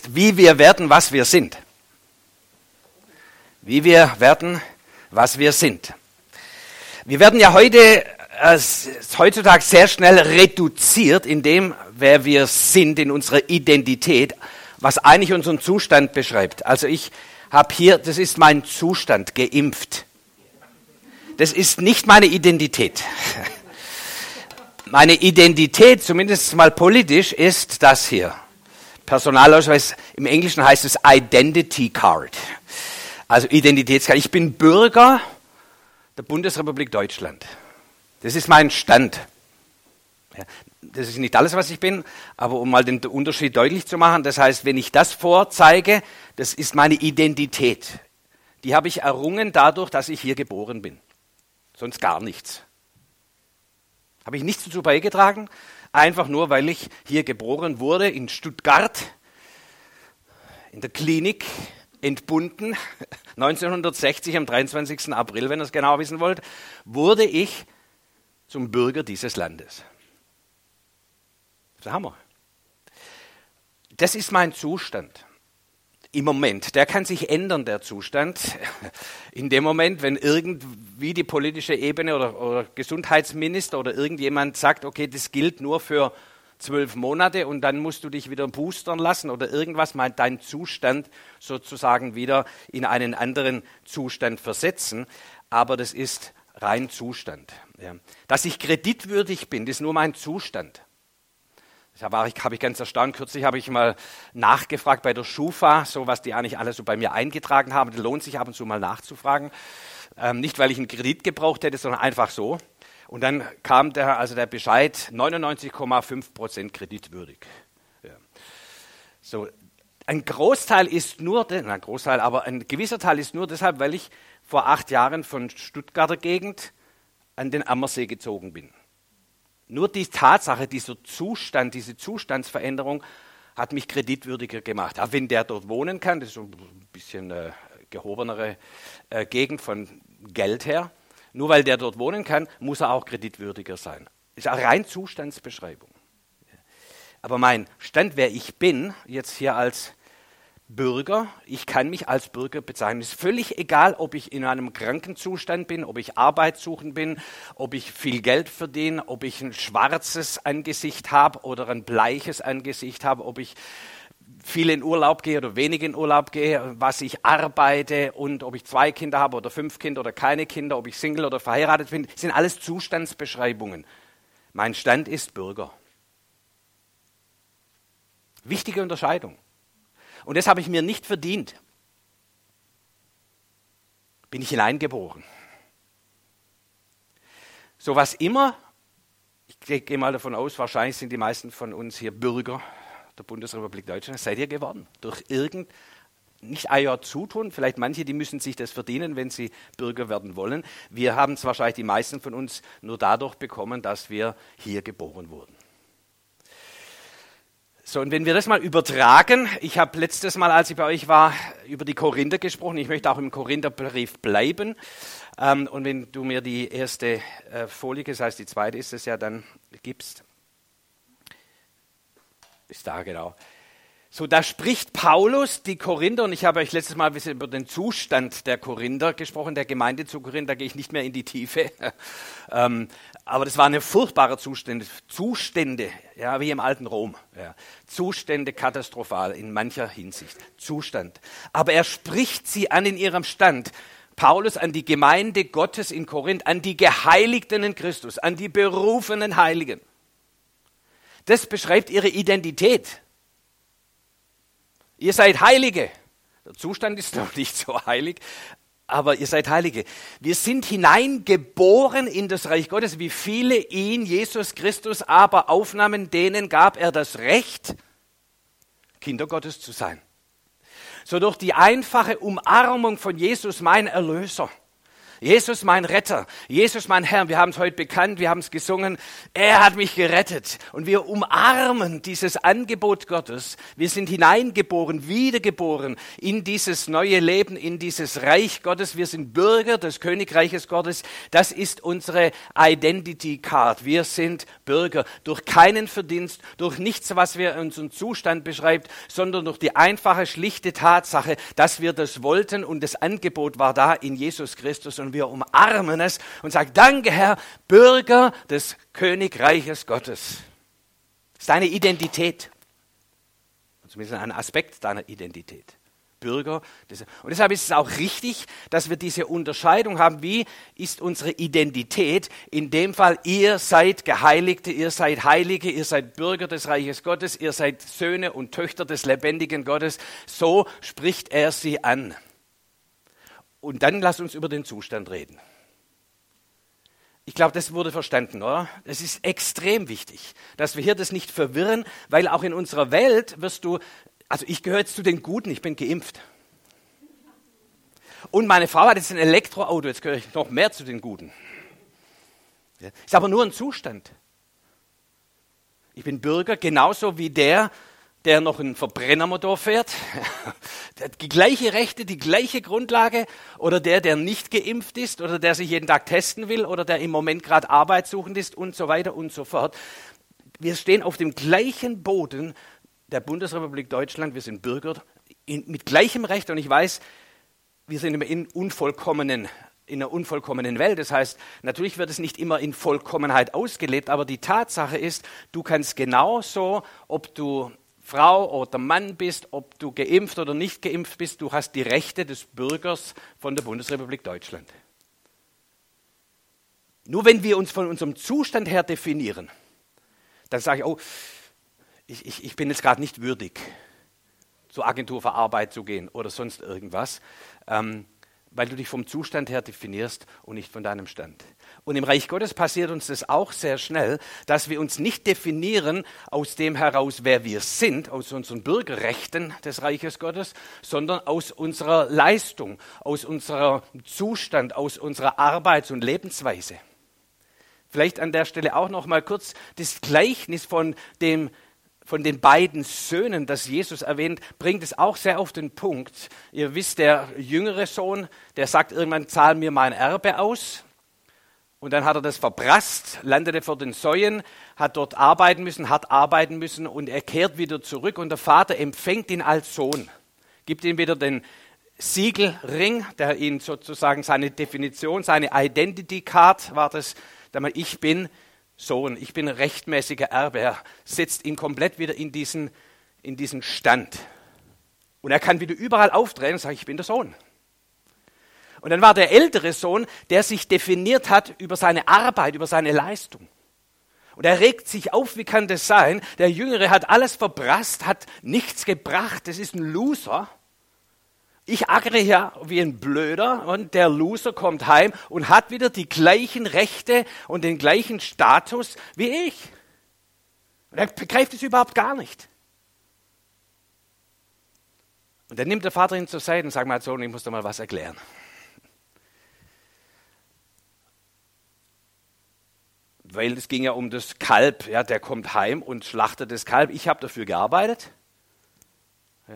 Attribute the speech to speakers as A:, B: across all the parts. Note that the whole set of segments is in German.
A: Wie wir werden, was wir sind. Wie wir werden, was wir sind. Wir werden ja heutzutage sehr schnell reduziert in dem, wer wir sind, in unserer Identität, was eigentlich unseren Zustand beschreibt. Also ich habe hier, das ist mein Zustand, geimpft. Das ist nicht meine Identität. Meine Identität, zumindest mal politisch, ist das hier. Personalausweis, im Englischen heißt es Identity Card. Also Identitätskarte. Ich bin Bürger der Bundesrepublik Deutschland. Das ist mein Stand. Ja, das ist nicht alles, was ich bin, aber um mal den Unterschied deutlich zu machen, das heißt, wenn ich das vorzeige, das ist meine Identität. Die habe ich errungen dadurch, dass ich hier geboren bin. Sonst gar nichts. Habe ich nichts dazu beigetragen, einfach nur, weil ich hier geboren wurde, in Stuttgart, in der Klinik, entbunden, 1960 am 23. April, wenn ihr es genau wissen wollt, wurde ich zum Bürger dieses Landes. Das ist der Hammer. Das ist mein Zustand. Im Moment, der kann sich ändern, der Zustand, in dem Moment, wenn irgendwie die politische Ebene oder Gesundheitsminister oder irgendjemand sagt, okay, das gilt nur für 12 Monate und dann musst du dich wieder boostern lassen oder irgendwas, meint dein Zustand sozusagen wieder in einen anderen Zustand versetzen, aber das ist rein Zustand. Ja. Dass ich kreditwürdig bin, das ist nur mein Zustand. Das habe ich ganz erstaunt. Kürzlich habe ich mal nachgefragt bei der Schufa, so was die eigentlich alles so bei mir eingetragen haben. Das lohnt sich ab und zu mal nachzufragen. Nicht, weil ich einen Kredit gebraucht hätte, sondern einfach so. Und dann kam der Bescheid, 99,5% kreditwürdig. Ja. So, ein Großteil ist nur, aber ein gewisser Teil ist nur deshalb, weil ich vor 8 Jahren von Stuttgarter Gegend an den Ammersee gezogen bin. Nur die Tatsache, dieser Zustand, diese Zustandsveränderung hat mich kreditwürdiger gemacht. Aber wenn der dort wohnen kann, das ist so ein bisschen gehobenere Gegend von Geld her, nur weil der dort wohnen kann, muss er auch kreditwürdiger sein. Das ist eine rein Zustandsbeschreibung. Aber mein Stand, wer ich bin, jetzt hier als Bürger, ich kann mich als Bürger bezeichnen. Es ist völlig egal, ob ich in einem Krankenzustand bin, ob ich arbeitssuchend bin, ob ich viel Geld verdiene, ob ich ein schwarzes Angesicht habe oder ein bleiches Angesicht habe, ob ich viel in Urlaub gehe oder wenig in Urlaub gehe, was ich arbeite und ob ich 2 Kinder habe oder 5 Kinder oder keine Kinder, ob ich Single oder verheiratet bin, das sind alles Zustandsbeschreibungen. Mein Stand ist Bürger. Wichtige Unterscheidung. Und das habe ich mir nicht verdient. Bin ich hineingeboren. So was immer, ich gehe mal davon aus, wahrscheinlich sind die meisten von uns hier Bürger der Bundesrepublik Deutschland, seid ihr geworden. Durch nicht euer Zutun, vielleicht manche, die müssen sich das verdienen, wenn sie Bürger werden wollen. Wir haben es wahrscheinlich die meisten von uns nur dadurch bekommen, dass wir hier geboren wurden. So, und wenn wir das mal übertragen, ich habe letztes Mal, als ich bei euch war, über die Korinther gesprochen, ich möchte auch im Korintherbrief bleiben. Und wenn du mir die erste Folie, das heißt die zweite ist es ja, dann gibst. Ist da, genau. So, da spricht Paulus die Korinther, und ich habe euch letztes Mal ein bisschen über den Zustand der Korinther gesprochen, der Gemeinde zu Korinth, da gehe ich nicht mehr in die Tiefe. Aber das waren furchtbare Zustände, ja, wie im alten Rom. Ja. Zustände katastrophal in mancher Hinsicht. Zustand. Aber er spricht sie an in ihrem Stand. Paulus an die Gemeinde Gottes in Korinth, an die Geheiligten in Christus, an die berufenen Heiligen. Das beschreibt ihre Identität. Ihr seid Heilige. Der Zustand ist noch nicht so heilig, aber ihr seid Heilige. Wir sind hineingeboren in das Reich Gottes, wie viele ihn, Jesus Christus, aber aufnahmen, denen gab er das Recht, Kinder Gottes zu sein. So durch die einfache Umarmung von Jesus, mein Erlöser. Jesus mein Retter, Jesus mein Herr. Wir haben es heute bekannt, wir haben es gesungen. Er hat mich gerettet. Und wir umarmen dieses Angebot Gottes. Wir sind hineingeboren, wiedergeboren in dieses neue Leben, in dieses Reich Gottes. Wir sind Bürger des Königreiches Gottes. Das ist unsere Identity Card. Wir sind Bürger durch keinen Verdienst, durch nichts, was wir unseren Zustand beschreibt, sondern durch die einfache, schlichte Tatsache, dass wir das wollten und das Angebot war da in Jesus Christus und wir umarmen es und sagen, danke Herr, Bürger des Königreiches Gottes. Das ist deine Identität. Zumindest ein Aspekt deiner Identität. Bürger. Und deshalb ist es auch richtig, dass wir diese Unterscheidung haben. Wie ist unsere Identität? In dem Fall, ihr seid Geheiligte, ihr seid Heilige, ihr seid Bürger des Reiches Gottes, ihr seid Söhne und Töchter des lebendigen Gottes. So spricht er sie an. Und dann lasst uns über den Zustand reden. Ich glaube, das wurde verstanden, oder? Es ist extrem wichtig, dass wir hier das nicht verwirren, weil auch in unserer Welt wirst du, also ich gehöre jetzt zu den Guten, ich bin geimpft. Und meine Frau hat jetzt ein Elektroauto, jetzt gehöre ich noch mehr zu den Guten. Ist aber nur ein Zustand. Ich bin Bürger, genauso wie der noch einen Verbrennermotor fährt. Der hat die gleiche Rechte, die gleiche Grundlage. Oder der nicht geimpft ist oder der sich jeden Tag testen will oder der im Moment gerade arbeitssuchend ist und so weiter und so fort. Wir stehen auf dem gleichen Boden der Bundesrepublik Deutschland. Wir sind Bürger mit gleichem Recht. Und ich weiß, wir sind immer in einer unvollkommenen Welt. Das heißt, natürlich wird es nicht immer in Vollkommenheit ausgelebt, aber die Tatsache ist, du kannst genauso, ob du Frau oder Mann bist, ob du geimpft oder nicht geimpft bist, du hast die Rechte des Bürgers von der Bundesrepublik Deutschland. Nur wenn wir uns von unserem Zustand her definieren, dann sage ich, oh, ich bin jetzt gerade nicht würdig, zur Agentur für Arbeit zu gehen oder sonst irgendwas, weil du dich vom Zustand her definierst und nicht von deinem Stand. Und im Reich Gottes passiert uns das auch sehr schnell, dass wir uns nicht definieren aus dem heraus, wer wir sind, aus unseren Bürgerrechten des Reiches Gottes, sondern aus unserer Leistung, aus unserem Zustand, aus unserer Arbeits- und Lebensweise. Vielleicht an der Stelle auch noch mal kurz das Gleichnis von den beiden Söhnen, das Jesus erwähnt, bringt es auch sehr auf den Punkt. Ihr wisst, der jüngere Sohn, der sagt irgendwann, zahl mir mein Erbe aus. Und dann hat er das verprasst, landete vor den Säuen, hat dort arbeiten müssen, hart arbeiten müssen und er kehrt wieder zurück und der Vater empfängt ihn als Sohn, gibt ihm wieder den Siegelring, der ihn sozusagen seine Definition, seine Identity Card war das, ich bin Sohn, ich bin rechtmäßiger Erbe. Er setzt ihn komplett wieder in diesen Stand. Und er kann wieder überall auftreten und sagen, ich bin der Sohn. Und dann war der ältere Sohn, der sich definiert hat über seine Arbeit, über seine Leistung. Und er regt sich auf, wie kann das sein? Der Jüngere hat alles verprasst, hat nichts gebracht, das ist ein Loser. Ich ackere hier wie ein Blöder und der Loser kommt heim und hat wieder die gleichen Rechte und den gleichen Status wie ich. Und er begreift es überhaupt gar nicht. Und dann nimmt der Vater ihn zur Seite und sagt mal, Sohn, ich muss dir mal was erklären. Weil es ging ja um das Kalb, ja, der kommt heim und schlachtet das Kalb. Ich habe dafür gearbeitet. Ja.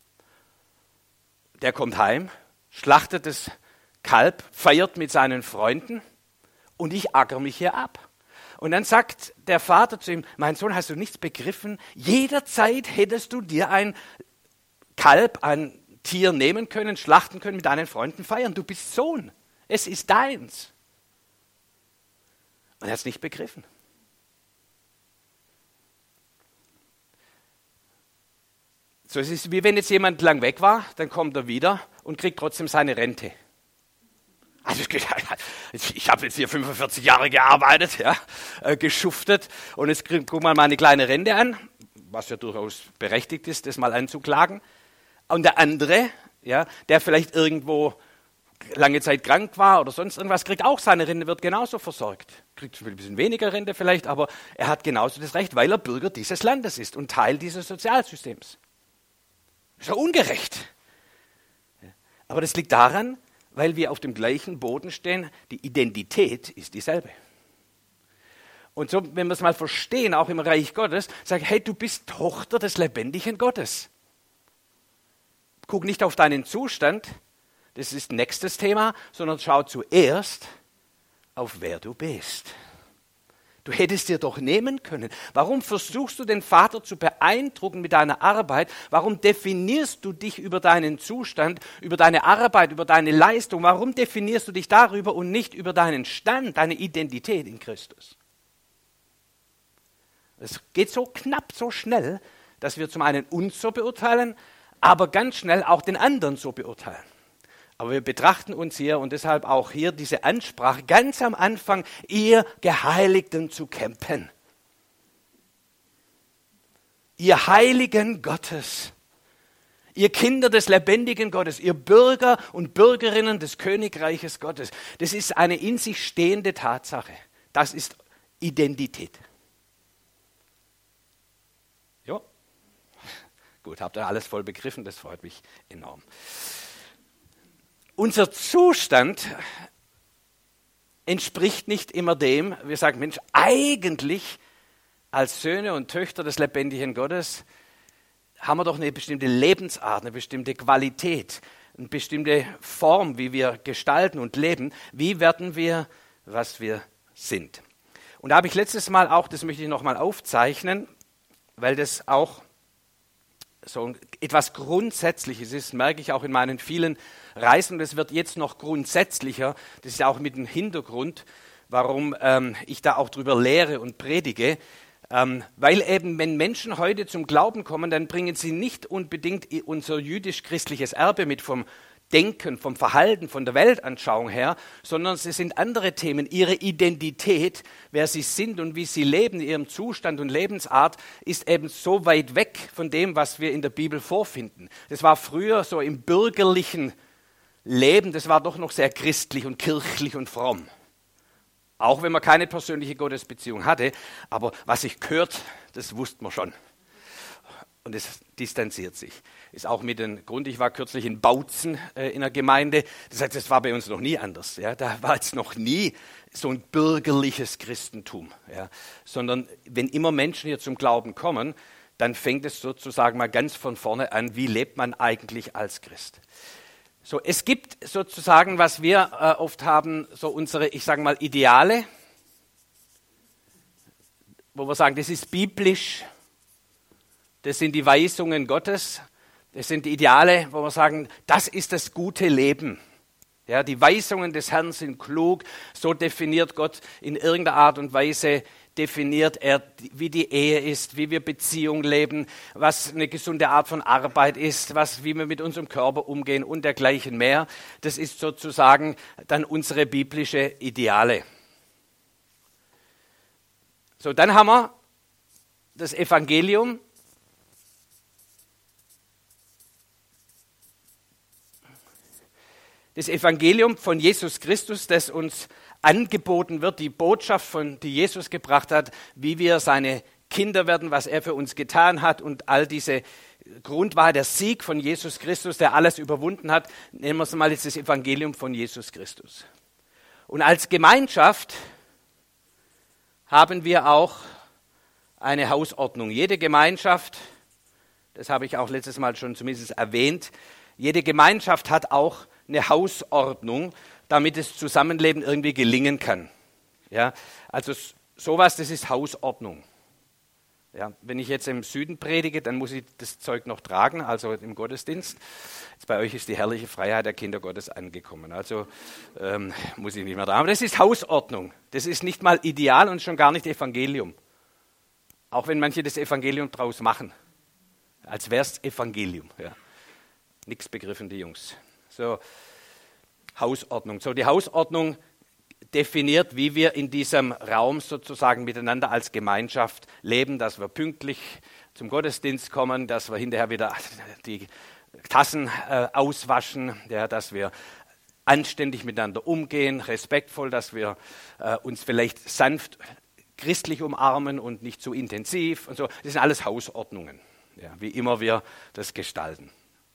A: Der kommt heim, schlachtet das Kalb, feiert mit seinen Freunden und ich ackere mich hier ab. Und dann sagt der Vater zu ihm, mein Sohn, hast du nichts begriffen? Jederzeit hättest du dir ein Kalb, ein Tier nehmen können, schlachten können, mit deinen Freunden feiern. Du bist Sohn, es ist deins. Und er hat es nicht begriffen. So, es ist wie wenn jetzt jemand lang weg war, dann kommt er wieder und kriegt trotzdem seine Rente. Also ich habe jetzt hier 45 Jahre gearbeitet, ja, geschuftet und jetzt guck mal meine kleine Rente an, was ja durchaus berechtigt ist, das mal anzuklagen. Und der andere, ja, der vielleicht irgendwo lange Zeit krank war oder sonst irgendwas, kriegt auch seine Rente, wird genauso versorgt. Kriegt ein bisschen weniger Rente vielleicht, aber er hat genauso das Recht, weil er Bürger dieses Landes ist und Teil dieses Sozialsystems. Das ist ja ungerecht. Aber das liegt daran, weil wir auf dem gleichen Boden stehen. Die Identität ist dieselbe. Und so, wenn wir es mal verstehen, auch im Reich Gottes, sage ich, hey, du bist Tochter des lebendigen Gottes. Guck nicht auf deinen Zustand, das ist nächstes Thema, sondern schau zuerst auf wer du bist. Du hättest dir doch nehmen können. Warum versuchst du den Vater zu beeindrucken mit deiner Arbeit? Warum definierst du dich über deinen Zustand, über deine Arbeit, über deine Leistung? Warum definierst du dich darüber und nicht über deinen Stand, deine Identität in Christus? Es geht so knapp, so schnell, dass wir zum einen uns so beurteilen, aber ganz schnell auch den anderen so beurteilen. Aber wir betrachten uns hier und deshalb auch hier diese Ansprache ganz am Anfang, ihr Geheiligten zu campen. Ihr Heiligen Gottes, ihr Kinder des lebendigen Gottes, ihr Bürger und Bürgerinnen des Königreiches Gottes. Das ist eine in sich stehende Tatsache. Das ist Identität. Ja, gut, habt ihr alles voll begriffen, das freut mich enorm. Unser Zustand entspricht nicht immer dem, wir sagen, Mensch, eigentlich als Söhne und Töchter des lebendigen Gottes haben wir doch eine bestimmte Lebensart, eine bestimmte Qualität, eine bestimmte Form, wie wir gestalten und leben. Wie werden wir, was wir sind? Und da habe ich letztes Mal auch, das möchte ich nochmal aufzeichnen, weil das auch so etwas Grundsätzliches ist, merke ich auch in meinen vielen Reisen. Das wird jetzt noch grundsätzlicher. Das ist ja auch mit dem Hintergrund, warum ich da auch drüber lehre und predige. Weil eben, wenn Menschen heute zum Glauben kommen, dann bringen sie nicht unbedingt unser jüdisch-christliches Erbe mit vom Denken, vom Verhalten, von der Weltanschauung her, sondern es sind andere Themen. Ihre Identität, wer sie sind und wie sie leben, ihrem Zustand und Lebensart, ist eben so weit weg von dem, was wir in der Bibel vorfinden. Das war früher so im bürgerlichen Leben, das war doch noch sehr christlich und kirchlich und fromm. Auch wenn man keine persönliche Gottesbeziehung hatte, aber was sich gehört, das wusste man schon. Und es distanziert sich. Ist auch mit dem Grund, ich war kürzlich in Bautzen in einer Gemeinde, das war bei uns noch nie anders. Ja? Da war es noch nie so ein bürgerliches Christentum. Ja? Sondern wenn immer Menschen hier zum Glauben kommen, dann fängt es sozusagen mal ganz von vorne an, wie lebt man eigentlich als Christ. So, es gibt sozusagen, was wir oft haben, so unsere, ich sage mal, Ideale, wo wir sagen, das ist biblisch. Das sind die Weisungen Gottes, das sind die Ideale, wo wir sagen, das ist das gute Leben. Ja, die Weisungen des Herrn sind klug, so definiert Gott in irgendeiner Art und Weise, definiert er, wie die Ehe ist, wie wir Beziehung leben, was eine gesunde Art von Arbeit ist, wie wir mit unserem Körper umgehen und dergleichen mehr. Das ist sozusagen dann unsere biblische Ideale. So, dann haben wir das Evangelium. Das Evangelium von Jesus Christus, das uns angeboten wird, die Botschaft, die Jesus gebracht hat, wie wir seine Kinder werden, was er für uns getan hat und all diese Grundwahrheit, der Sieg von Jesus Christus, der alles überwunden hat, nehmen wir es mal jetzt das Evangelium von Jesus Christus. Und als Gemeinschaft haben wir auch eine Hausordnung. Jede Gemeinschaft, das habe ich auch letztes Mal schon zumindest erwähnt, jede Gemeinschaft hat auch eine Hausordnung, damit das Zusammenleben irgendwie gelingen kann. Ja, also sowas, das ist Hausordnung. Ja, wenn ich jetzt im Süden predige, dann muss ich das Zeug noch tragen, also im Gottesdienst. Jetzt bei euch ist die herrliche Freiheit der Kinder Gottes angekommen, also muss ich nicht mehr tragen. Aber das ist Hausordnung, das ist nicht mal ideal und schon gar nicht Evangelium. Auch wenn manche das Evangelium draus machen, als wäre es Evangelium. Ja. Nichts begriffen, die Jungs. So, Hausordnung. So, die Hausordnung definiert, wie wir in diesem Raum sozusagen miteinander als Gemeinschaft leben, dass wir pünktlich zum Gottesdienst kommen, dass wir hinterher wieder die Tassen auswaschen, ja, dass wir anständig miteinander umgehen, respektvoll, dass wir uns vielleicht sanft christlich umarmen und nicht zu intensiv und so. Das sind alles Hausordnungen, ja, wie immer wir das gestalten.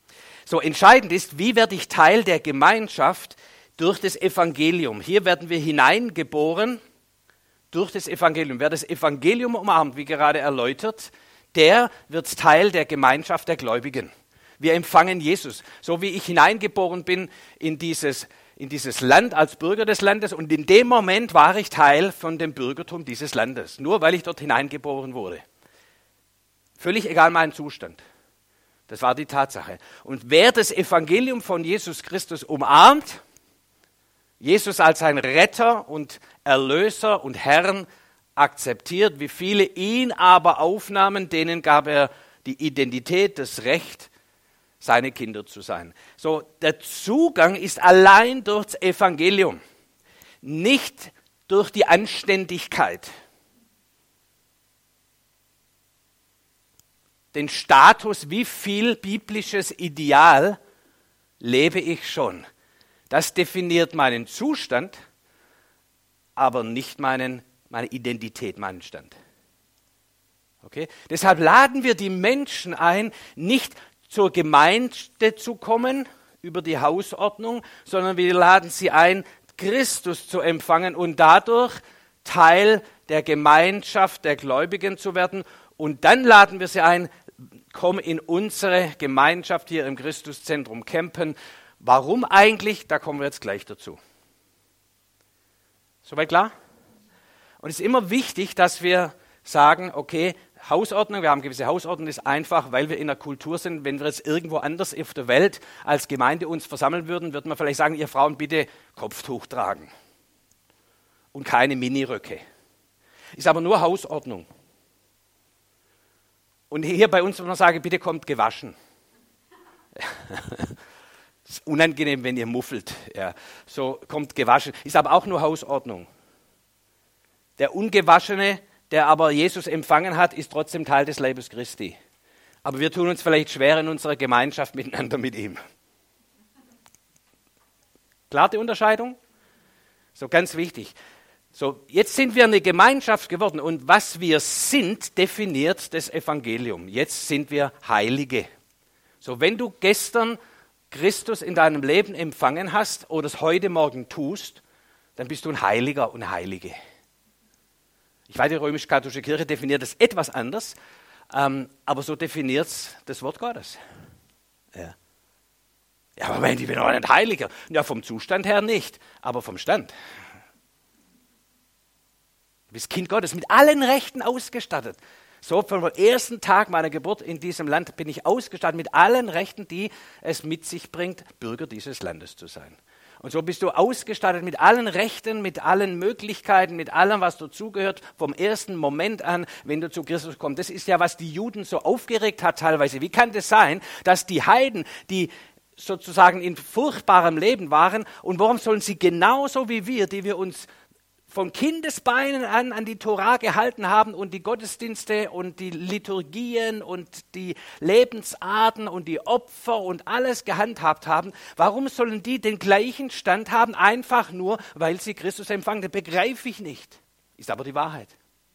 A: So entscheidend ist, wie werde ich Teil der Gemeinschaft durch das Evangelium. Hier werden wir hineingeboren durch das Evangelium. Wer das Evangelium umarmt, wie gerade erläutert, der wird Teil der Gemeinschaft der Gläubigen. Wir empfangen Jesus. So wie ich hineingeboren bin in dieses Land als Bürger des Landes und in dem Moment war ich Teil von dem Bürgertum dieses Landes, nur weil ich dort hineingeboren wurde. Völlig egal mein Zustand. Das war die Tatsache. Und wer das Evangelium von Jesus Christus umarmt, Jesus als sein Retter und Erlöser und Herrn akzeptiert, wie viele ihn aber aufnahmen, denen gab er die Identität, das Recht, seine Kinder zu sein. So, der Zugang ist allein durch das Evangelium, nicht durch die Anständigkeit. Den Status, wie viel biblisches Ideal lebe ich schon. Das definiert meinen Zustand, aber nicht meine Identität, meinen Stand. Okay? Deshalb laden wir die Menschen ein, nicht zur Gemeinde zu kommen über die Hausordnung, sondern wir laden sie ein, Christus zu empfangen und dadurch Teil der Gemeinschaft der Gläubigen zu werden. Und dann laden wir sie ein, komm in unsere Gemeinschaft hier im Christuszentrum Kempen. Warum eigentlich? Da kommen wir jetzt gleich dazu. Soweit klar? Und es ist immer wichtig, dass wir sagen, okay, Hausordnung, wir haben gewisse Hausordnung, ist einfach, weil wir in der Kultur sind. Wenn wir jetzt irgendwo anders auf der Welt als Gemeinde uns versammeln würden, würden wir vielleicht sagen, ihr Frauen bitte Kopftuch tragen und keine Miniröcke. Ist aber nur Hausordnung. Und hier bei uns würde man sagen, bitte kommt gewaschen. Es ist unangenehm, wenn ihr muffelt. Ja. So kommt gewaschen. Ist aber auch nur Hausordnung. Der Ungewaschene, der aber Jesus empfangen hat, ist trotzdem Teil des Leibes Christi. Aber wir tun uns vielleicht schwer in unserer Gemeinschaft miteinander mit ihm. Klar die Unterscheidung? So ganz wichtig. So, jetzt sind wir eine Gemeinschaft geworden und was wir sind, definiert das Evangelium. Jetzt sind wir Heilige. So, wenn du gestern Christus in deinem Leben empfangen hast oder es heute Morgen tust, dann bist du ein Heiliger und Heilige. Ich weiß, die römisch-katholische Kirche definiert das etwas anders, aber so definiert es das Wort Gottes. Ja, aber wenn ich bin doch nicht Heiliger. Ja, vom Zustand her nicht, aber vom Stand. Du bist Kind Gottes, mit allen Rechten ausgestattet. So vom ersten Tag meiner Geburt in diesem Land bin ich ausgestattet mit allen Rechten, die es mit sich bringt, Bürger dieses Landes zu sein. Und so bist du ausgestattet mit allen Rechten, mit allen Möglichkeiten, mit allem, was dazugehört, vom ersten Moment an, wenn du zu Christus kommst. Das ist ja, was die Juden so aufgeregt hat teilweise. Wie kann das sein, dass die Heiden, die sozusagen in furchtbarem Leben waren, und warum sollen sie genauso wie wir, die wir uns von Kindesbeinen an die Tora gehalten haben und die Gottesdienste und die Liturgien und die Lebensarten und die Opfer und alles gehandhabt haben, warum sollen die den gleichen Stand haben, einfach nur, weil sie Christus empfangen? Das begreife ich nicht. Ist aber die Wahrheit.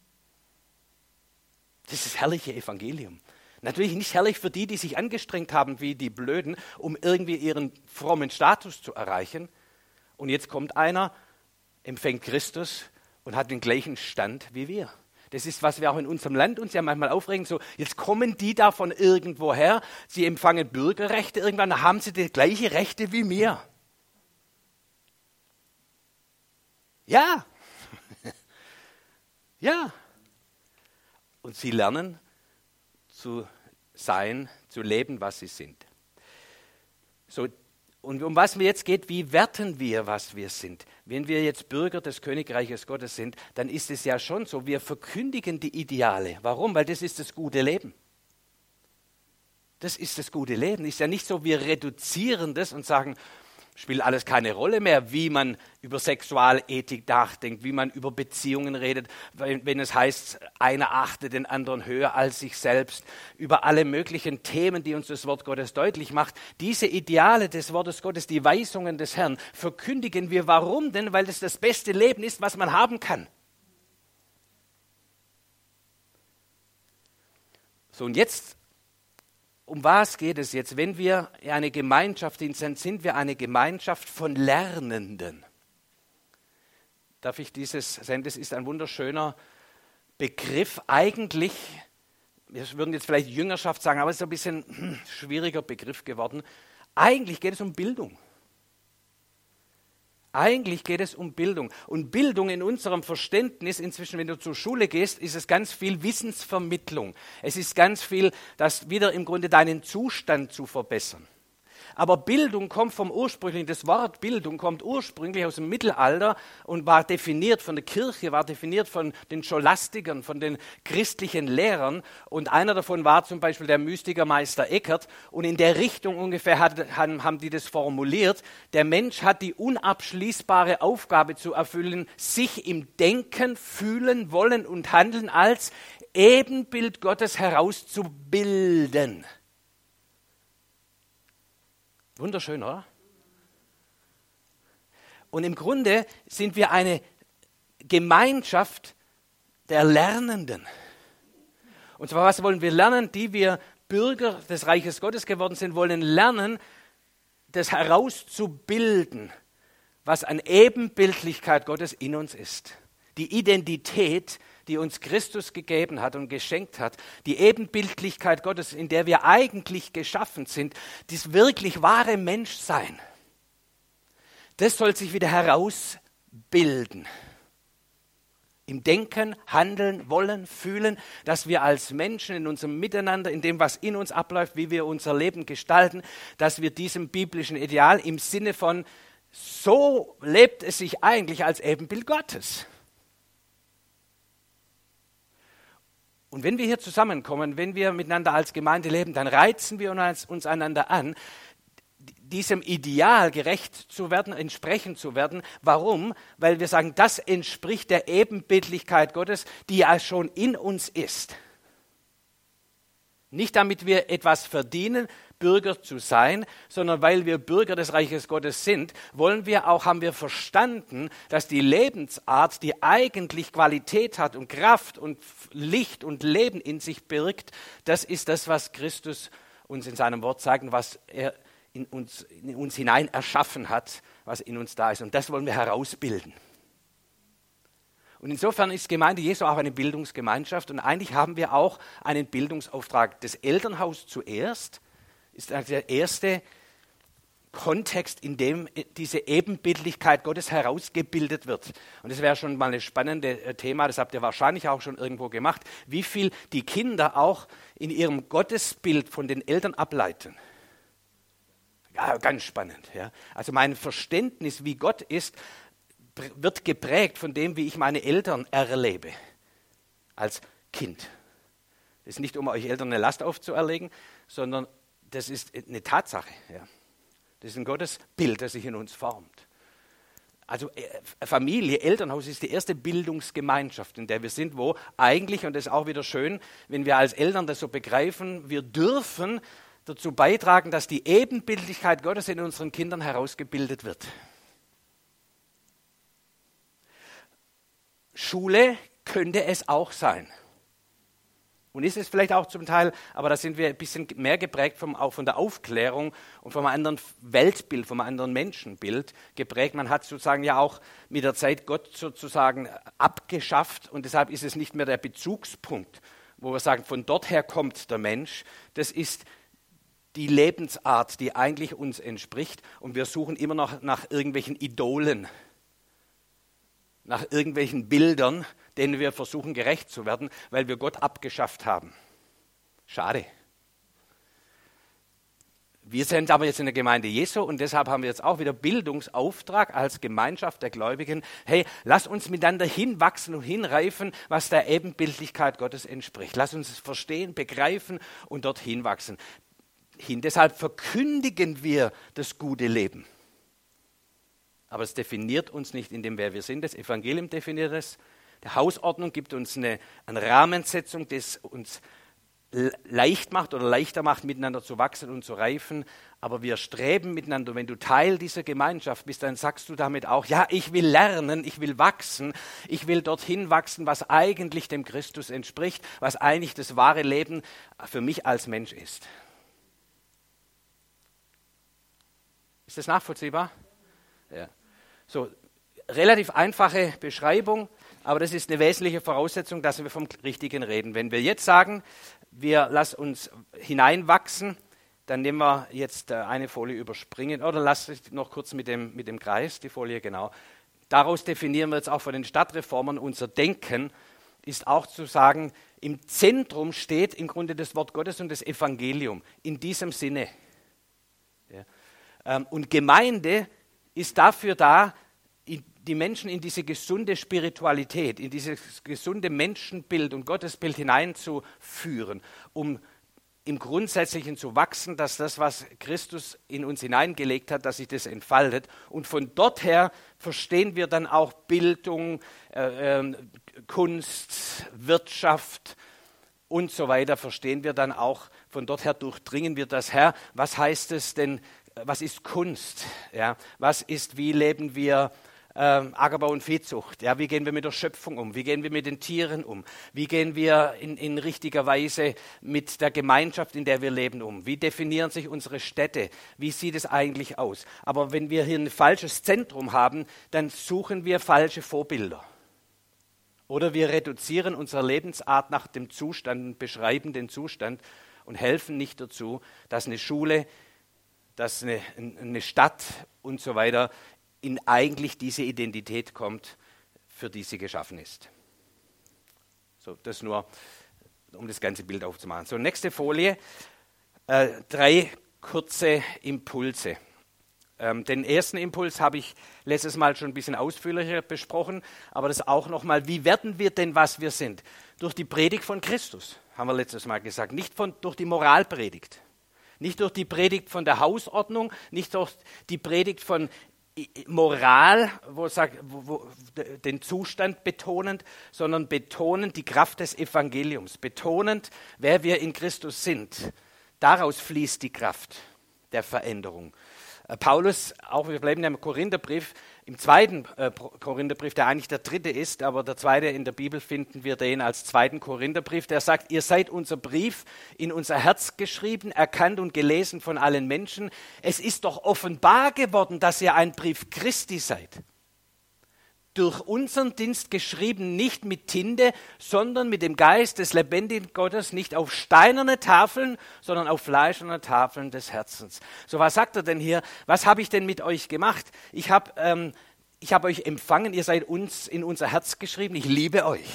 A: Das ist das herrliche Evangelium. Natürlich nicht herrlich für die, die sich angestrengt haben wie die Blöden, um irgendwie ihren frommen Status zu erreichen. Und jetzt kommt einer, empfängt Christus und hat den gleichen Stand wie wir. Das ist, was wir auch in unserem Land uns ja manchmal aufregen. So, jetzt kommen die da von irgendwoher, sie empfangen Bürgerrechte, irgendwann haben sie die gleichen Rechte wie mir. Ja. Ja. Und sie lernen zu sein, zu leben, was sie sind. So, und um was mir jetzt geht, wie werten wir, was wir sind? Wenn wir jetzt Bürger des Königreiches Gottes sind, dann ist es ja schon so, wir verkündigen die Ideale. Warum? Weil das ist das gute Leben. Das ist das gute Leben. Ist ja nicht so, wir reduzieren das und sagen, spielt alles keine Rolle mehr, wie man über Sexualethik nachdenkt, wie man über Beziehungen redet, wenn es heißt, einer achte den anderen höher als sich selbst, über alle möglichen Themen, die uns das Wort Gottes deutlich macht. Diese Ideale des Wortes Gottes, die Weisungen des Herrn, verkündigen wir. Warum denn? Weil das das beste Leben ist, was man haben kann. So, und jetzt um was geht es jetzt? Wenn wir eine Gemeinschaft sind, dann sind wir eine Gemeinschaft von Lernenden. Darf ich dieses sagen? Das ist ein wunderschöner Begriff. Eigentlich, wir würden jetzt vielleicht Jüngerschaft sagen, aber es ist ein bisschen ein schwieriger Begriff geworden. Eigentlich geht es um Bildung. Eigentlich geht es um Bildung. Und Bildung in unserem Verständnis, inzwischen, wenn du zur Schule gehst, ist es ganz viel Wissensvermittlung. Es ist ganz viel, das wieder im Grunde deinen Zustand zu verbessern. Aber Bildung kommt vom ursprünglichen, das Wort Bildung kommt ursprünglich aus dem Mittelalter und war definiert von der Kirche, war definiert von den Scholastikern, von den christlichen Lehrern. Und einer davon war zum Beispiel der Mystikermeister Eckhart. Und in der Richtung ungefähr haben die das formuliert. Der Mensch hat die unabschließbare Aufgabe zu erfüllen, sich im Denken, Fühlen, Wollen und Handeln als Ebenbild Gottes herauszubilden. Wunderschön, oder? Und im Grunde sind wir eine Gemeinschaft der Lernenden. Und zwar, was wollen wir lernen? Die wir Bürger des Reiches Gottes geworden sind, wollen lernen, das herauszubilden, was an Ebenbildlichkeit Gottes in uns ist. Die Identität, die uns Christus gegeben hat und geschenkt hat, die Ebenbildlichkeit Gottes, in der wir eigentlich geschaffen sind, das wirklich wahre Menschsein, das soll sich wieder herausbilden. Im Denken, Handeln, Wollen, Fühlen, dass wir als Menschen in unserem Miteinander, in dem, was in uns abläuft, wie wir unser Leben gestalten, dass wir diesem biblischen Ideal im Sinne von, so lebt es sich eigentlich als Ebenbild Gottes. Und wenn wir hier zusammenkommen, wenn wir miteinander als Gemeinde leben, dann reizen wir uns einander an, diesem Ideal gerecht zu werden, entsprechend zu werden. Warum? Weil wir sagen, das entspricht der Ebenbildlichkeit Gottes, die ja schon in uns ist. Nicht damit wir etwas verdienen, Bürger zu sein, sondern weil wir Bürger des Reiches Gottes sind, haben wir verstanden, dass die Lebensart, die eigentlich Qualität hat und Kraft und Licht und Leben in sich birgt, das ist das, was Christus uns in seinem Wort sagt, was er in uns hinein erschaffen hat, was in uns da ist. Und das wollen wir herausbilden. Und insofern ist Gemeinde Jesu auch eine Bildungsgemeinschaft und eigentlich haben wir auch einen Bildungsauftrag. Das Elternhaus zuerst ist also der erste Kontext, in dem diese Ebenbildlichkeit Gottes herausgebildet wird. Und das wäre schon mal ein spannendes Thema, das habt ihr wahrscheinlich auch schon irgendwo gemacht, wie viel die Kinder auch in ihrem Gottesbild von den Eltern ableiten. Ja, ganz spannend. Ja. Also mein Verständnis, wie Gott ist, wird geprägt von dem, wie ich meine Eltern erlebe als Kind. Das ist nicht, um euch Eltern eine Last aufzuerlegen, sondern das ist eine Tatsache. Ja. Das ist ein Gottesbild, das sich in uns formt. Also Familie, Elternhaus ist die erste Bildungsgemeinschaft, in der wir sind, wo eigentlich, und das ist auch wieder schön, wenn wir als Eltern das so begreifen, wir dürfen dazu beitragen, dass die Ebenbildlichkeit Gottes in unseren Kindern herausgebildet wird. Schule könnte es auch sein. Und ist es vielleicht auch zum Teil, aber da sind wir ein bisschen mehr geprägt auch von der Aufklärung und vom anderen Weltbild, vom anderen Menschenbild geprägt. Man hat sozusagen ja auch mit der Zeit Gott sozusagen abgeschafft und deshalb ist es nicht mehr der Bezugspunkt, wo wir sagen, von dort her kommt der Mensch. Das ist die Lebensart, die eigentlich uns entspricht und wir suchen immer noch nach irgendwelchen Idolen, nach irgendwelchen Bildern, denen wir versuchen gerecht zu werden, weil wir Gott abgeschafft haben. Schade. Wir sind aber jetzt in der Gemeinde Jesu und deshalb haben wir jetzt auch wieder Bildungsauftrag als Gemeinschaft der Gläubigen. Hey, lass uns miteinander hinwachsen und hinreifen, was der Ebenbildlichkeit Gottes entspricht. Lass uns es verstehen, begreifen und dort hinwachsen. Deshalb verkündigen wir das gute Leben. Aber es definiert uns nicht in dem, wer wir sind. Das Evangelium definiert es. Die Hausordnung gibt uns eine Rahmensetzung, das uns leicht macht oder leichter macht, miteinander zu wachsen und zu reifen. Aber wir streben miteinander. Wenn du Teil dieser Gemeinschaft bist, dann sagst du damit auch, ja, ich will lernen, ich will wachsen, ich will dorthin wachsen, was eigentlich dem Christus entspricht, was eigentlich das wahre Leben für mich als Mensch ist. Ist das nachvollziehbar? Ja. So, relativ einfache Beschreibung, aber das ist eine wesentliche Voraussetzung, dass wir vom Richtigen reden. Wenn wir jetzt sagen, wir lassen uns hineinwachsen, dann nehmen wir jetzt eine Folie überspringen, oder lasst euch noch kurz mit dem Kreis, die Folie, genau. Daraus definieren wir jetzt auch von den Stadtreformern, unser Denken ist auch zu sagen, im Zentrum steht im Grunde das Wort Gottes und das Evangelium, in diesem Sinne. Ja. Und Gemeinde ist dafür da, die Menschen in diese gesunde Spiritualität, in dieses gesunde Menschenbild und Gottesbild hineinzuführen, um im Grundsätzlichen zu wachsen, dass das, was Christus in uns hineingelegt hat, dass sich das entfaltet. Und von dort her verstehen wir dann auch Bildung, Kunst, Wirtschaft und so weiter, verstehen wir dann auch, von dort her durchdringen wir das her. Was heißt es denn, was ist Kunst? Ja, was ist, wie leben wir Ackerbau und Viehzucht? Ja, wie gehen wir mit der Schöpfung um? Wie gehen wir mit den Tieren um? Wie gehen wir in richtiger Weise mit der Gemeinschaft, in der wir leben, um? Wie definieren sich unsere Städte? Wie sieht es eigentlich aus? Aber wenn wir hier ein falsches Zentrum haben, dann suchen wir falsche Vorbilder. Oder wir reduzieren unsere Lebensart nach dem Zustand, beschreiben den Zustand und helfen nicht dazu, dass eine Schule, dass eine Stadt und so weiter in eigentlich diese Identität kommt, für die sie geschaffen ist. So, das nur, um das ganze Bild aufzumachen. So, nächste Folie. 3 kurze Impulse. Den ersten Impuls habe ich letztes Mal schon ein bisschen ausführlicher besprochen, aber das auch nochmal, wie werden wir denn, was wir sind? Durch die Predigt von Christus, haben wir letztes Mal gesagt, nicht durch die Moralpredigt, nicht durch die Predigt von der Hausordnung, nicht durch die Predigt von Moral, den Zustand betonend, sondern betonend die Kraft des Evangeliums, betonend, wer wir in Christus sind. Daraus fließt die Kraft der Veränderung. Paulus, auch wir bleiben im Korintherbrief, im 2. Korintherbrief, der eigentlich der 3. ist, aber der 2. in der Bibel finden wir den als 2. Korintherbrief, der sagt, ihr seid unser Brief in unser Herz geschrieben, erkannt und gelesen von allen Menschen. Es ist doch offenbar geworden, dass ihr ein Brief Christi seid. Durch unseren Dienst geschrieben, nicht mit Tinte, sondern mit dem Geist des lebendigen Gottes, nicht auf steinerne Tafeln, sondern auf fleischerne Tafeln des Herzens. So, was sagt er denn hier? Was habe ich denn mit euch gemacht? Ich habe euch empfangen, ihr seid uns in unser Herz geschrieben, ich liebe euch.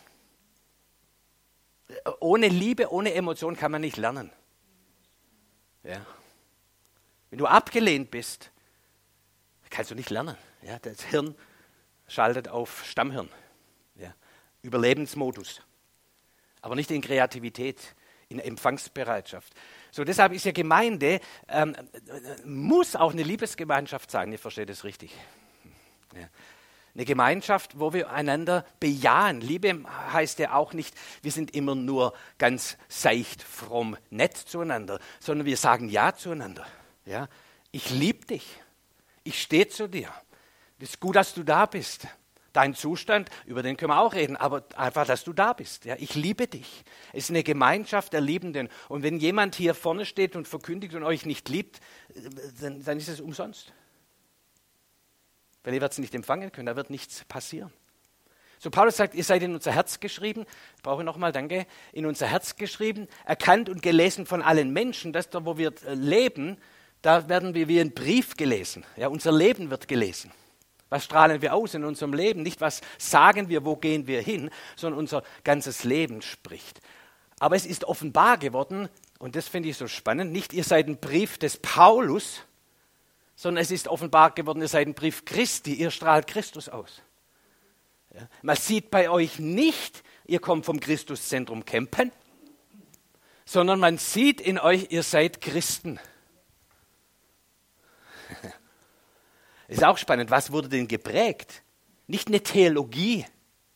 A: Ohne Liebe, ohne Emotion kann man nicht lernen. Ja. Wenn du abgelehnt bist, kannst du nicht lernen. Ja, das Hirn schaltet auf Stammhirn, ja, Überlebensmodus, aber nicht in Kreativität, in Empfangsbereitschaft. So, deshalb ist ja Gemeinde, muss auch eine Liebesgemeinschaft sein, ihr versteht es richtig. Ja. Eine Gemeinschaft, wo wir einander bejahen. Liebe heißt ja auch nicht, wir sind immer nur ganz seicht, fromm, nett zueinander, sondern wir sagen Ja zueinander. Ja. Ich liebe dich, ich stehe zu dir. Es ist gut, dass du da bist. Dein Zustand, über den können wir auch reden, aber einfach, dass du da bist. Ja, ich liebe dich. Es ist eine Gemeinschaft der Liebenden. Und wenn jemand hier vorne steht und verkündigt und euch nicht liebt, dann ist es umsonst. Weil ihr werdet es nicht empfangen können, da wird nichts passieren. So, Paulus sagt, ihr seid in unser Herz geschrieben, ich brauche nochmal, danke, in unser Herz geschrieben, erkannt und gelesen von allen Menschen, das da, wo wir leben, da werden wir wie ein Brief gelesen. Ja, unser Leben wird gelesen. Was strahlen wir aus in unserem Leben? Nicht, was sagen wir, wo gehen wir hin, sondern unser ganzes Leben spricht. Aber es ist offenbar geworden, und das finde ich so spannend, nicht ihr seid ein Brief des Paulus, sondern es ist offenbar geworden, ihr seid ein Brief Christi, ihr strahlt Christus aus. Ja. Man sieht bei euch nicht, ihr kommt vom Christuszentrum Kempen, sondern man sieht in euch, ihr seid Christen. Ist auch spannend, was wurde denn geprägt? Nicht eine Theologie.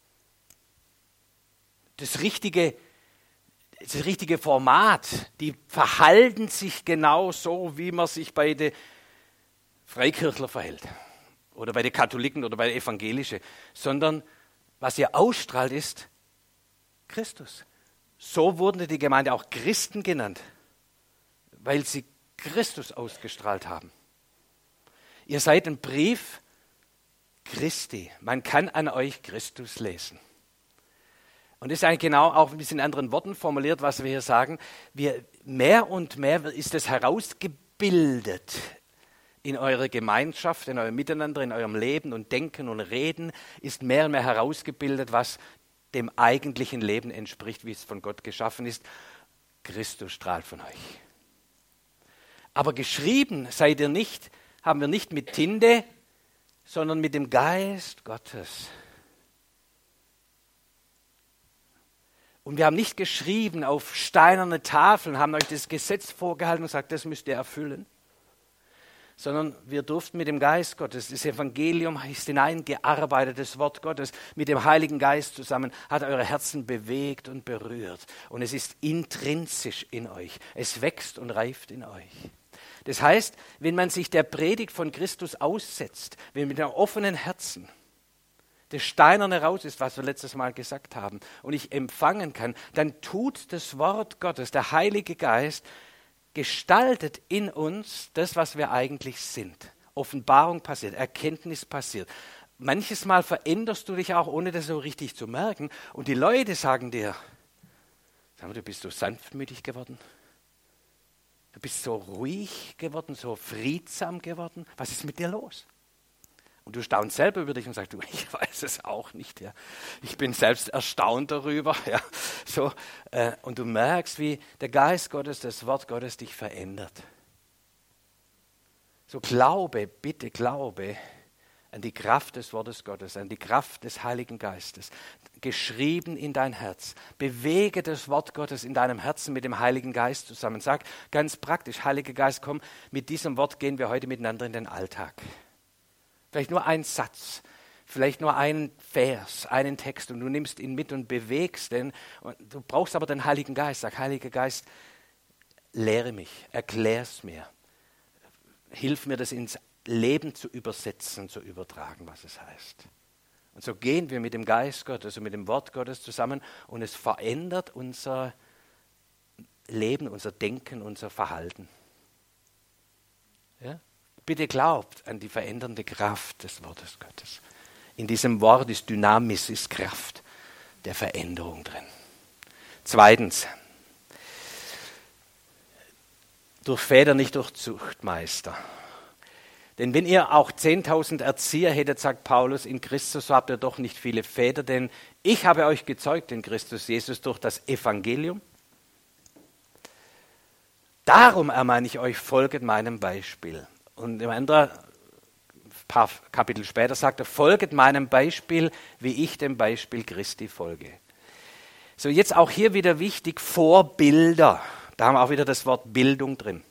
A: Das richtige Format. Die verhalten sich genau so, wie man sich bei den Freikirchler verhält. Oder bei den Katholiken oder bei den Evangelischen. Sondern was ihr ausstrahlt ist Christus. So wurden die Gemeinde auch Christen genannt. Weil sie Christus ausgestrahlt haben. Ihr seid ein Brief Christi. Man kann an euch Christus lesen. Und das ist eigentlich genau auch ein bisschen in anderen Worten formuliert, was wir hier sagen. Mehr und mehr ist es herausgebildet in eurer Gemeinschaft, in eurem Miteinander, in eurem Leben und Denken und Reden, ist mehr und mehr herausgebildet, was dem eigentlichen Leben entspricht, wie es von Gott geschaffen ist. Christus strahlt von euch. Aber geschrieben haben wir nicht mit Tinte, sondern mit dem Geist Gottes. Und wir haben nicht geschrieben auf steinerne Tafeln, haben euch das Gesetz vorgehalten und gesagt, das müsst ihr erfüllen. Sondern wir durften mit dem Geist Gottes, das Evangelium ist hineingearbeitet, das Wort Gottes, mit dem Heiligen Geist zusammen, hat eure Herzen bewegt und berührt. Und es ist intrinsisch in euch. Es wächst und reift in euch. Das heißt, wenn man sich der Predigt von Christus aussetzt, wenn mit einem offenen Herzen das Steinerne raus ist, was wir letztes Mal gesagt haben, und ich empfangen kann, dann tut das Wort Gottes, der Heilige Geist, gestaltet in uns das, was wir eigentlich sind. Offenbarung passiert, Erkenntnis passiert. Manches Mal veränderst du dich auch, ohne das so richtig zu merken. Und die Leute sagen dir, du bist so sanftmütig geworden. Du bist so ruhig geworden, so friedsam geworden. Was ist mit dir los? Und du staunst selber über dich und sagst, ich weiß es auch nicht. Ja. Ich bin selbst erstaunt darüber. Ja. So, und du merkst, wie der Geist Gottes, das Wort Gottes dich verändert. So bitte glaube an die Kraft des Wortes Gottes, an die Kraft des Heiligen Geistes, geschrieben in dein Herz. Bewege das Wort Gottes in deinem Herzen mit dem Heiligen Geist zusammen. Sag ganz praktisch, Heiliger Geist, komm, mit diesem Wort gehen wir heute miteinander in den Alltag. Vielleicht nur ein Satz, vielleicht nur einen Vers, einen Text und du nimmst ihn mit und bewegst den. Und du brauchst aber den Heiligen Geist. Sag, Heiliger Geist, lehre mich, erklär es mir. Hilf mir, das ins Leben zu übersetzen, zu übertragen, was es heißt. Und so gehen wir mit dem Geist Gottes und mit dem Wort Gottes zusammen und es verändert unser Leben, unser Denken, unser Verhalten. Ja? Bitte glaubt an die verändernde Kraft des Wortes Gottes. In diesem Wort ist Dynamis, ist Kraft der Veränderung drin. Zweitens, durch Väter, nicht durch Zuchtmeister. Denn wenn ihr auch 10.000 Erzieher hättet, sagt Paulus, in Christus, so habt ihr doch nicht viele Väter, denn ich habe euch gezeugt in Christus Jesus durch das Evangelium. Darum ermahne ich euch, folget meinem Beispiel. Und im anderen paar Kapitel später sagt er, folget meinem Beispiel, wie ich dem Beispiel Christi folge. So, jetzt auch hier wieder wichtig, Vorbilder. Da haben wir auch wieder das Wort Bildung drin.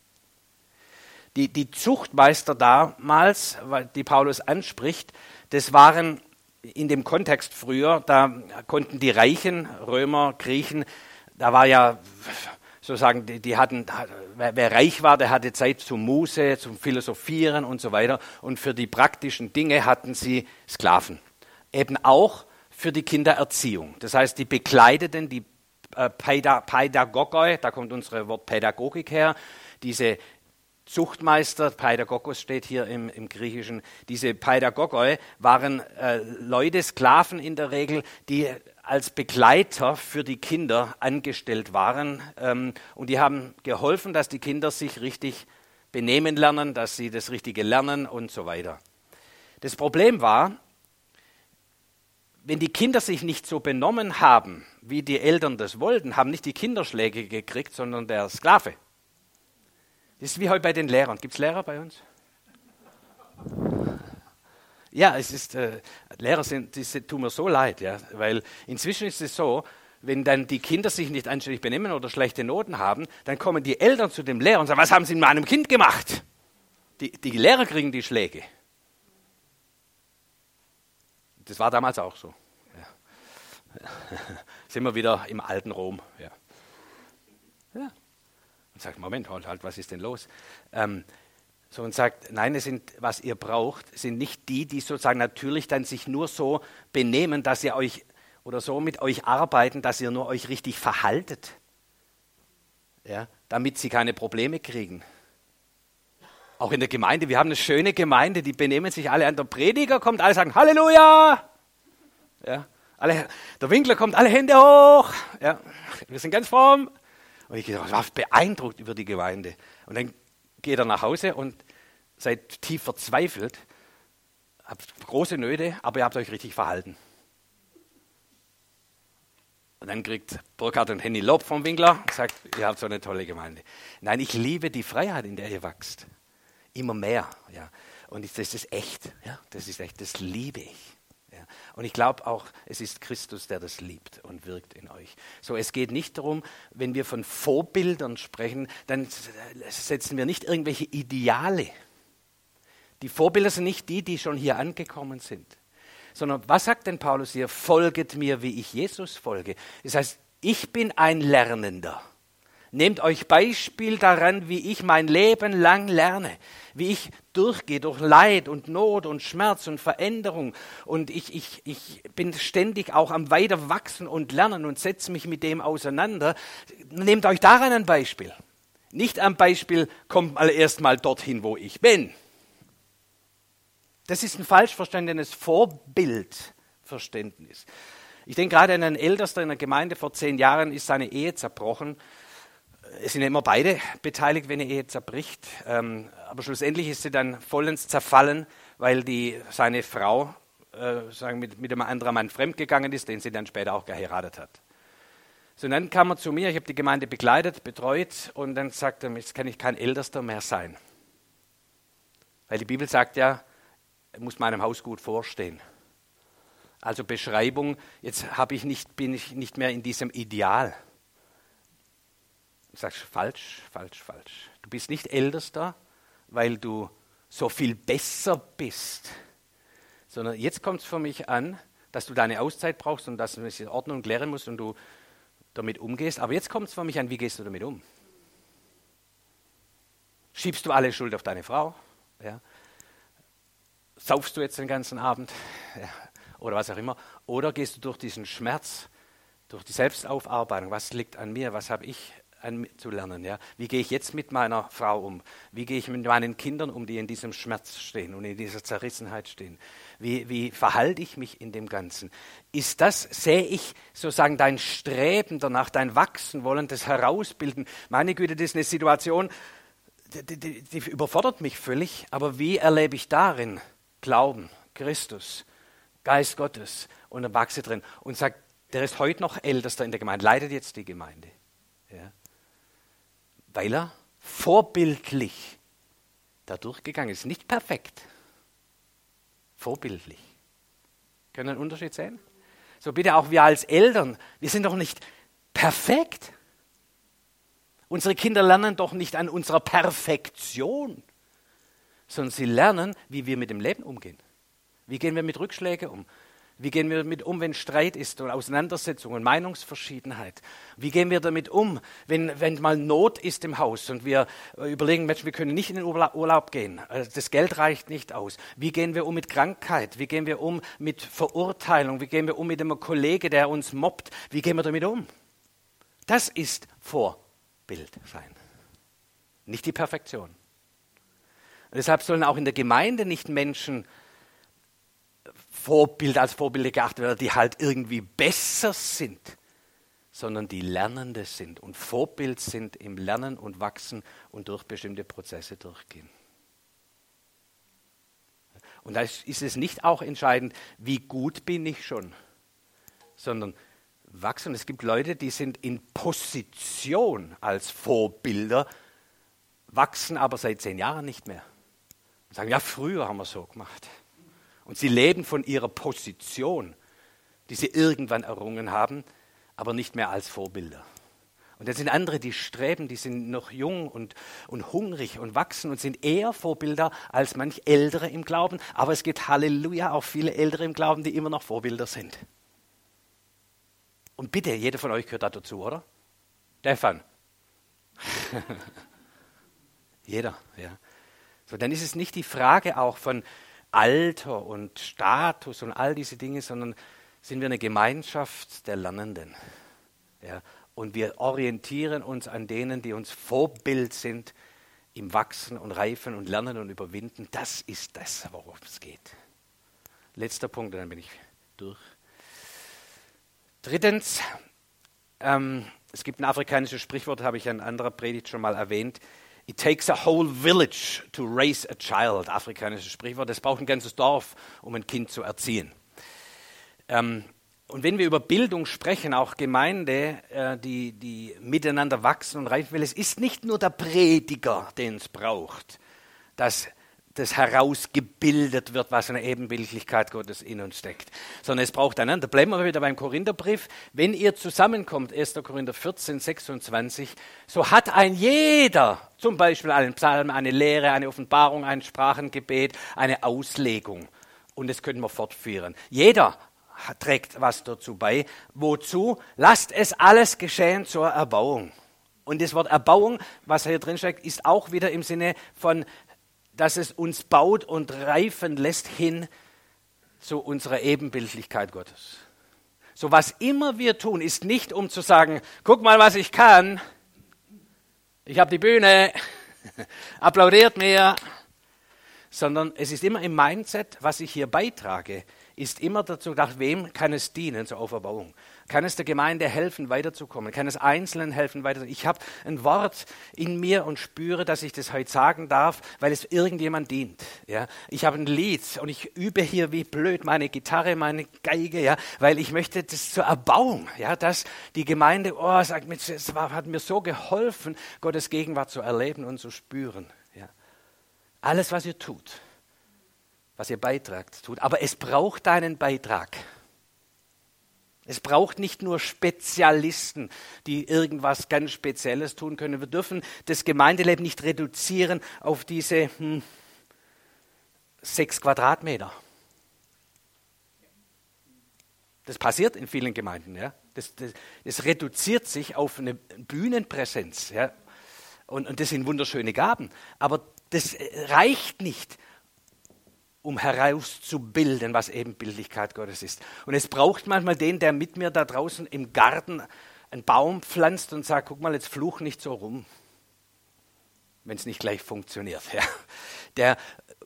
A: Die Zuchtmeister damals, die Paulus anspricht, das waren in dem Kontext früher, da konnten die Reichen, Römer, Griechen, da war ja sozusagen, die hatten, wer reich war, der hatte Zeit zum Muße, zum Philosophieren und so weiter. Und für die praktischen Dinge hatten sie Sklaven. Eben auch für die Kindererziehung. Das heißt, die bekleideten, die Pädagogoi, da kommt unser Wort Pädagogik her, diese Zuchtmeister, Pädagogos steht hier im Griechischen, diese Pädagogoi waren Leute, Sklaven in der Regel, die als Begleiter für die Kinder angestellt waren und die haben geholfen, dass die Kinder sich richtig benehmen lernen, dass sie das Richtige lernen und so weiter. Das Problem war, wenn die Kinder sich nicht so benommen haben, wie die Eltern das wollten, haben nicht die Kinder Schläge gekriegt, sondern der Sklave. Das ist wie heute bei den Lehrern. Gibt es Lehrer bei uns? Ja, es ist, Lehrer tun mir so leid, ja, weil inzwischen ist es so, wenn dann die Kinder sich nicht anständig benehmen oder schlechte Noten haben, dann kommen die Eltern zu dem Lehrer und sagen, was haben Sie mit meinem Kind gemacht? Die Lehrer kriegen die Schläge. Das war damals auch so. Ja. Sind wir wieder im alten Rom. Ja. Ja. Und sagt, Moment, halt, was ist denn los? Und sagt, nein, was ihr braucht, sind nicht die sozusagen natürlich dann sich nur so benehmen, dass ihr euch oder so mit euch arbeiten, dass ihr nur euch richtig verhaltet, ja, damit sie keine Probleme kriegen. Auch in der Gemeinde, wir haben eine schöne Gemeinde, die benehmen sich alle an. Der Prediger kommt, alle sagen Halleluja. Ja, der Winkler kommt, alle Hände hoch. Ja, wir sind ganz fromm. Und ich war beeindruckt über die Gemeinde. Und dann geht er nach Hause und seid tief verzweifelt, habt große Nöte, aber ihr habt euch richtig verhalten. Und dann kriegt Burkhard und Henny Lob vom Winkler und sagt, ihr habt so eine tolle Gemeinde. Nein, ich liebe die Freiheit, in der ihr wächst. Immer mehr. Ja. Und das ist echt. Ja. Das ist echt. Das liebe ich. Ja. Und ich glaube auch, es ist Christus, der das liebt und wirkt in euch. So, es geht nicht darum, wenn wir von Vorbildern sprechen, dann setzen wir nicht irgendwelche Ideale. Die Vorbilder sind nicht die, die schon hier angekommen sind. Sondern was sagt denn Paulus hier? Folget mir, wie ich Jesus folge. Das heißt, ich bin ein Lernender. Nehmt euch Beispiel daran, wie ich mein Leben lang lerne. Wie ich durchgehe durch Leid und Not und Schmerz und Veränderung. Und ich bin ständig auch am Weiterwachsen und Lernen und setze mich mit dem auseinander. Nehmt euch daran ein Beispiel. Nicht am Beispiel, kommt mal erst mal dorthin, wo ich bin. Das ist ein falsch verstandenes Vorbildverständnis. Ich denke gerade an einen Ältesten in der Gemeinde, vor 10 Jahren ist seine Ehe zerbrochen. Es sind ja immer beide beteiligt, wenn eine Ehe zerbricht. Aber schlussendlich ist sie dann vollends zerfallen, weil seine Frau mit einem anderen Mann fremdgegangen ist, den sie dann später auch geheiratet hat. So, und dann kam er zu mir, ich habe die Gemeinde begleitet, betreut und dann sagte er, jetzt kann ich kein Ältester mehr sein. Weil die Bibel sagt ja, er muss meinem Haus gut vorstehen. Also Beschreibung, jetzt bin ich nicht mehr in diesem Ideal. Du sagst, falsch. Du bist nicht Ältester, weil du so viel besser bist. Sondern jetzt kommt es für mich an, dass du deine Auszeit brauchst und dass du es in Ordnung klären musst und du damit umgehst. Aber jetzt kommt es für mich an, wie gehst du damit um? Schiebst du alle Schuld auf deine Frau? Ja. Saufst du jetzt den ganzen Abend? Ja. Oder was auch immer. Oder gehst du durch diesen Schmerz, durch die Selbstaufarbeitung? Was liegt an mir? Was habe ich zu lernen? Ja? Wie gehe ich jetzt mit meiner Frau um? Wie gehe ich mit meinen Kindern um, die in diesem Schmerz stehen und in dieser Zerrissenheit stehen? Wie verhalte ich mich in dem Ganzen? Sehe ich sozusagen dein Streben danach, dein Wachsen wollen, das Herausbilden? Meine Güte, das ist eine Situation, die überfordert mich völlig, aber wie erlebe ich darin Glauben, Christus, Geist Gottes und dann wachse drin und sagt, der ist heute noch Ältester in der Gemeinde, leitet jetzt die Gemeinde. Ja. Weil er vorbildlich da durchgegangen ist. Nicht perfekt, vorbildlich. Können wir einen Unterschied sehen? So bitte auch wir als Eltern, wir sind doch nicht perfekt. Unsere Kinder lernen doch nicht an unserer Perfektion, sondern sie lernen, wie wir mit dem Leben umgehen. Wie gehen wir mit Rückschlägen um? Wie gehen wir damit um, wenn Streit ist und Auseinandersetzung und Meinungsverschiedenheit? Wie gehen wir damit um, wenn mal Not ist im Haus und wir überlegen, Mensch, wir können nicht in den Urlaub gehen, das Geld reicht nicht aus. Wie gehen wir um mit Krankheit? Wie gehen wir um mit Verurteilung? Wie gehen wir um mit einem Kollege, der uns mobbt? Wie gehen wir damit um? Das ist Vorbild sein, nicht die Perfektion. Und deshalb sollen auch in der Gemeinde nicht Menschen als Vorbilder geachtet werden, die halt irgendwie besser sind, sondern die Lernende sind und Vorbild sind im Lernen und Wachsen und durch bestimmte Prozesse durchgehen. Und da ist es nicht auch entscheidend, wie gut bin ich schon, sondern wachsen. Und es gibt Leute, die sind in Position als Vorbilder, wachsen aber seit 10 Jahren nicht mehr. Und sagen, ja, früher haben wir so gemacht. Und sie leben von ihrer Position, die sie irgendwann errungen haben, aber nicht mehr als Vorbilder. Und dann sind andere, die streben, die sind noch jung und hungrig und wachsen und sind eher Vorbilder als manch Ältere im Glauben. Aber es gibt, Halleluja, auch viele Ältere im Glauben, die immer noch Vorbilder sind. Und bitte, jeder von euch gehört da dazu, oder? Stefan. Jeder, ja. So, dann ist es nicht die Frage auch von Alter und Status und all diese Dinge, sondern sind wir eine Gemeinschaft der Lernenden. Ja? Und wir orientieren uns an denen, die uns Vorbild sind im Wachsen und Reifen und Lernen und Überwinden, das ist das, worum es geht. Letzter Punkt, dann bin ich durch. Drittens, es gibt ein afrikanisches Sprichwort, habe ich in anderer Predigt schon mal erwähnt. It takes a whole village to raise a child. Afrikanisches Sprichwort. Es braucht ein ganzes Dorf, um ein Kind zu erziehen. Und wenn wir über Bildung sprechen, auch Gemeinde, die miteinander wachsen und reifen will, es ist nicht nur der Prediger, den es braucht, dass das herausgebildet wird, was in der Ebenbildlichkeit Gottes in uns steckt, sondern es braucht einander. Bleiben wir wieder beim Korintherbrief. Wenn ihr zusammenkommt, 1. Korinther 14, 26, so hat ein jeder, zum Beispiel einen Psalm, eine Lehre, eine Offenbarung, ein Sprachengebet, eine Auslegung. Und das können wir fortführen. Jeder trägt was dazu bei. Wozu? Lasst es alles geschehen zur Erbauung. Und das Wort Erbauung, was hier drin steckt, ist auch wieder im Sinne von, dass es uns baut und reifen lässt hin zu unserer Ebenbildlichkeit Gottes. So was immer wir tun, ist nicht um zu sagen, guck mal, was ich kann, ich habe die Bühne, applaudiert mir, sondern es ist immer im Mindset, was ich hier beitrage, ist immer dazu gedacht, wem kann es dienen zur Auferbauung? Kann es der Gemeinde helfen, weiterzukommen? Kann es Einzelnen helfen, weiterzukommen? Ich habe ein Wort in mir und spüre, dass ich das heute sagen darf, weil es irgendjemand dient. Ja? Ich habe ein Lied und ich übe hier wie blöd meine Gitarre, meine Geige, ja? Weil ich möchte das zur Erbauung, ja? Dass die Gemeinde, sagt mir, es hat mir so geholfen, Gottes Gegenwart zu erleben und zu spüren. Ja? Alles, was ihr tut, was ihr beitragt, tut. Aber es braucht einen Beitrag. Es braucht nicht nur Spezialisten, die irgendwas ganz Spezielles tun können. Wir dürfen das Gemeindeleben nicht reduzieren auf diese 6 Quadratmeter. Das passiert in vielen Gemeinden. Ja? Das reduziert sich auf eine Bühnenpräsenz. Ja? Und das sind wunderschöne Gaben. Aber das reicht nicht, um herauszubilden, was Ebenbildlichkeit Gottes ist. Und es braucht manchmal den, der mit mir da draußen im Garten einen Baum pflanzt und sagt, guck mal, jetzt fluch nicht so rum, wenn es nicht gleich funktioniert. Ja. Der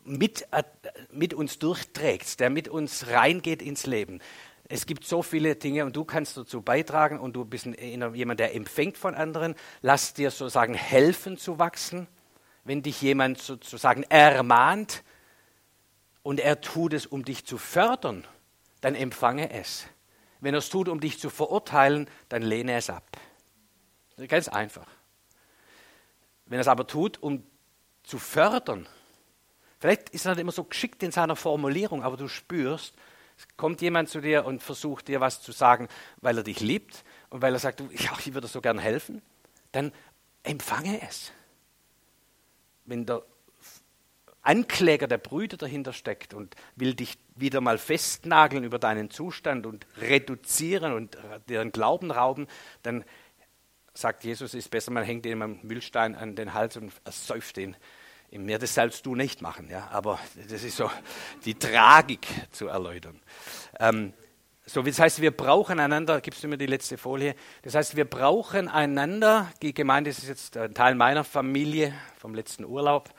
A: mit uns durchträgt, der mit uns reingeht ins Leben. Es gibt so viele Dinge und du kannst dazu beitragen und du bist jemand, der empfängt von anderen. Lass dir sozusagen helfen zu wachsen, wenn dich jemand sozusagen ermahnt, und er tut es, um dich zu fördern, dann empfange es. Wenn er es tut, um dich zu verurteilen, dann lehne es ab. Ganz einfach. Wenn er es aber tut, um zu fördern, vielleicht ist er nicht immer so geschickt in seiner Formulierung, aber du spürst, es kommt jemand zu dir und versucht dir was zu sagen, weil er dich liebt und weil er sagt, ich würde so gern helfen, dann empfange es. Wenn der Ankläger der Brüder dahinter steckt und will dich wieder mal festnageln über deinen Zustand und reduzieren und deren Glauben rauben, dann sagt Jesus, es ist besser, man hängt ihm einen Mühlstein an den Hals und ersäuft ihn im Meer. Das sollst du nicht machen, ja? Aber das ist so die Tragik zu erläutern. Das heißt, wir brauchen einander, gibst du mir die letzte Folie, das heißt, wir brauchen einander, die Gemeinde ist jetzt ein Teil meiner Familie vom letzten Urlaub,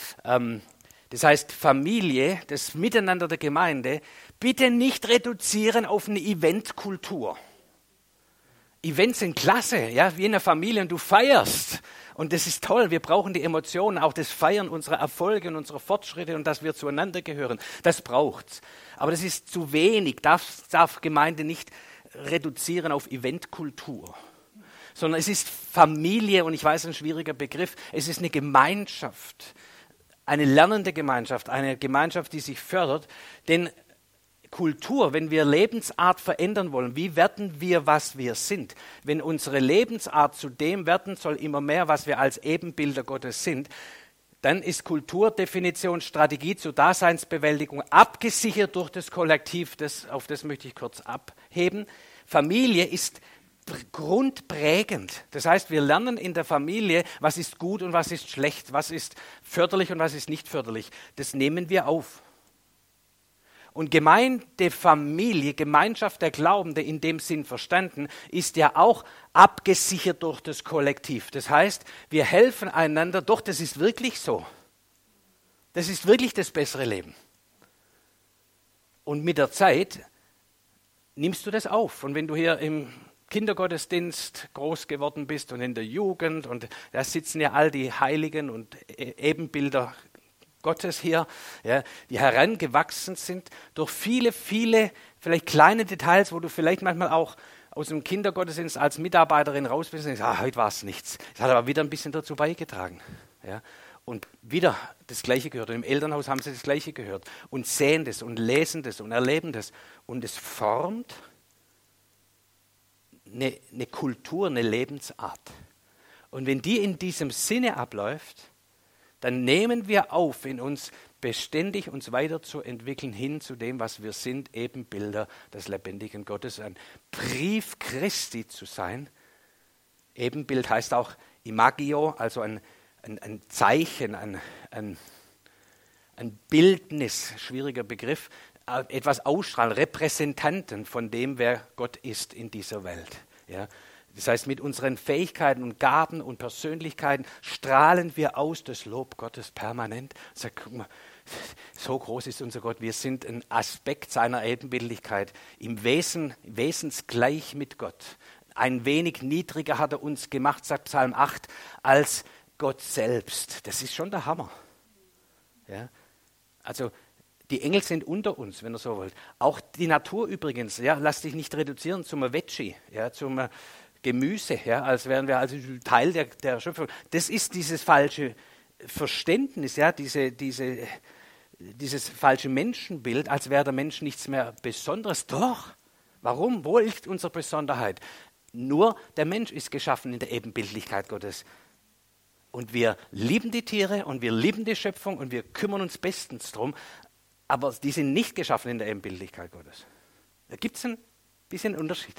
A: das heißt, Familie, das Miteinander der Gemeinde, bitte nicht reduzieren auf eine Eventkultur. Events sind klasse, ja, wie in der Familie und du feierst. Und das ist toll, wir brauchen die Emotionen, auch das Feiern unserer Erfolge und unserer Fortschritte und dass wir zueinander gehören. Das braucht's. Aber das ist zu wenig, darf Gemeinde nicht reduzieren auf Eventkultur. Sondern es ist Familie und ich weiß, ein schwieriger Begriff, es ist eine Gemeinschaft. Eine lernende Gemeinschaft, eine Gemeinschaft, die sich fördert. Denn Kultur, wenn wir Lebensart verändern wollen, wie werden wir, was wir sind? Wenn unsere Lebensart zu dem werden soll, immer mehr, was wir als Ebenbilder Gottes sind, dann ist Kulturdefinition, Strategie zur Daseinsbewältigung abgesichert durch das Kollektiv. Auf das möchte ich kurz abheben. Familie ist grundprägend. Das heißt, wir lernen in der Familie, was ist gut und was ist schlecht, was ist förderlich und was ist nicht förderlich. Das nehmen wir auf. Und Gemeinde, Familie, Gemeinschaft der Glaubenden in dem Sinn verstanden, ist ja auch abgesichert durch das Kollektiv. Das heißt, wir helfen einander, doch das ist wirklich so. Das ist wirklich das bessere Leben. Und mit der Zeit nimmst du das auf. Und wenn du hier im Kindergottesdienst groß geworden bist und in der Jugend, und da sitzen ja all die Heiligen und Ebenbilder Gottes hier, ja, die herangewachsen sind durch viele, viele vielleicht kleine Details, wo du vielleicht manchmal auch aus dem Kindergottesdienst als Mitarbeiterin raus bist und sagst, heute war es nichts. Das hat aber wieder ein bisschen dazu beigetragen. Ja. Und wieder das Gleiche gehört. Und im Elternhaus haben sie das Gleiche gehört. Und sehen das und lesen das und erleben das. Und es formt eine Kultur, eine Lebensart. Und wenn die in diesem Sinne abläuft, dann nehmen wir auf, in uns beständig uns weiterzuentwickeln hin zu dem, was wir sind, Ebenbilder des lebendigen Gottes, ein Brief Christi zu sein. Ebenbild heißt auch Imagio, also ein Zeichen, ein Bildnis, schwieriger Begriff, etwas ausstrahlen, Repräsentanten von dem, wer Gott ist in dieser Welt. Ja. Das heißt, mit unseren Fähigkeiten und Gaben und Persönlichkeiten strahlen wir aus das Lob Gottes permanent. Sag, guck mal, so groß ist unser Gott. Wir sind ein Aspekt seiner Ebenbildlichkeit, im Wesensgleich mit Gott. Ein wenig niedriger hat er uns gemacht, sagt Psalm 8, als Gott selbst. Das ist schon der Hammer. Ja? Also die Engel sind unter uns, wenn ihr so wollt. Auch die Natur übrigens. Ja? Lass dich nicht reduzieren zum Veggie, ja? Zum Gemüse, ja? Als wären wir also Teil der Schöpfung. Das ist dieses falsche Verständnis, ja? Dieses falsche Menschenbild, als wäre der Mensch nichts mehr Besonderes. Doch, warum? Wo liegt unsere Besonderheit? Nur der Mensch ist geschaffen in der Ebenbildlichkeit Gottes. Und wir lieben die Tiere und wir lieben die Schöpfung und wir kümmern uns bestens drum, aber die sind nicht geschaffen in der Ebenbildlichkeit Gottes. Da gibt es ein bisschen Unterschied.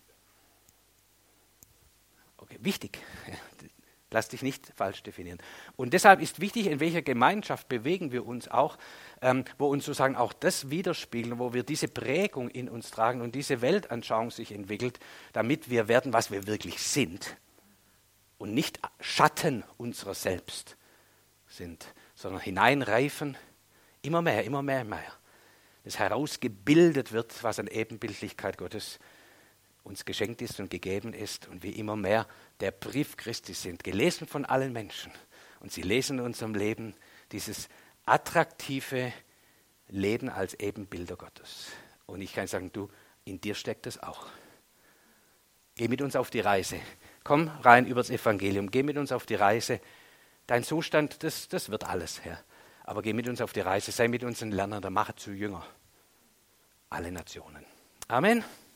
A: Okay, wichtig. Lass dich nicht falsch definieren. Und deshalb ist wichtig, in welcher Gemeinschaft bewegen wir uns auch, wo uns sozusagen auch das widerspiegeln, wo wir diese Prägung in uns tragen und diese Weltanschauung sich entwickelt, damit wir werden, was wir wirklich sind und nicht Schatten unserer selbst sind, sondern hineinreifen, immer mehr, immer mehr, immer mehr. Das herausgebildet wird, was an Ebenbildlichkeit Gottes uns geschenkt ist und gegeben ist und wir immer mehr der Brief Christi sind, gelesen von allen Menschen. Und sie lesen in unserem Leben dieses attraktive Leben als Ebenbilder Gottes. Und ich kann sagen, du, in dir steckt es auch. Geh mit uns auf die Reise. Komm rein übers Evangelium. Geh mit uns auf die Reise. Dein Zustand, das wird alles, Herr. Aber geh mit uns auf die Reise. Sei mit uns ein Lerner, der mache zu Jünger. Alle Nationen. Amen.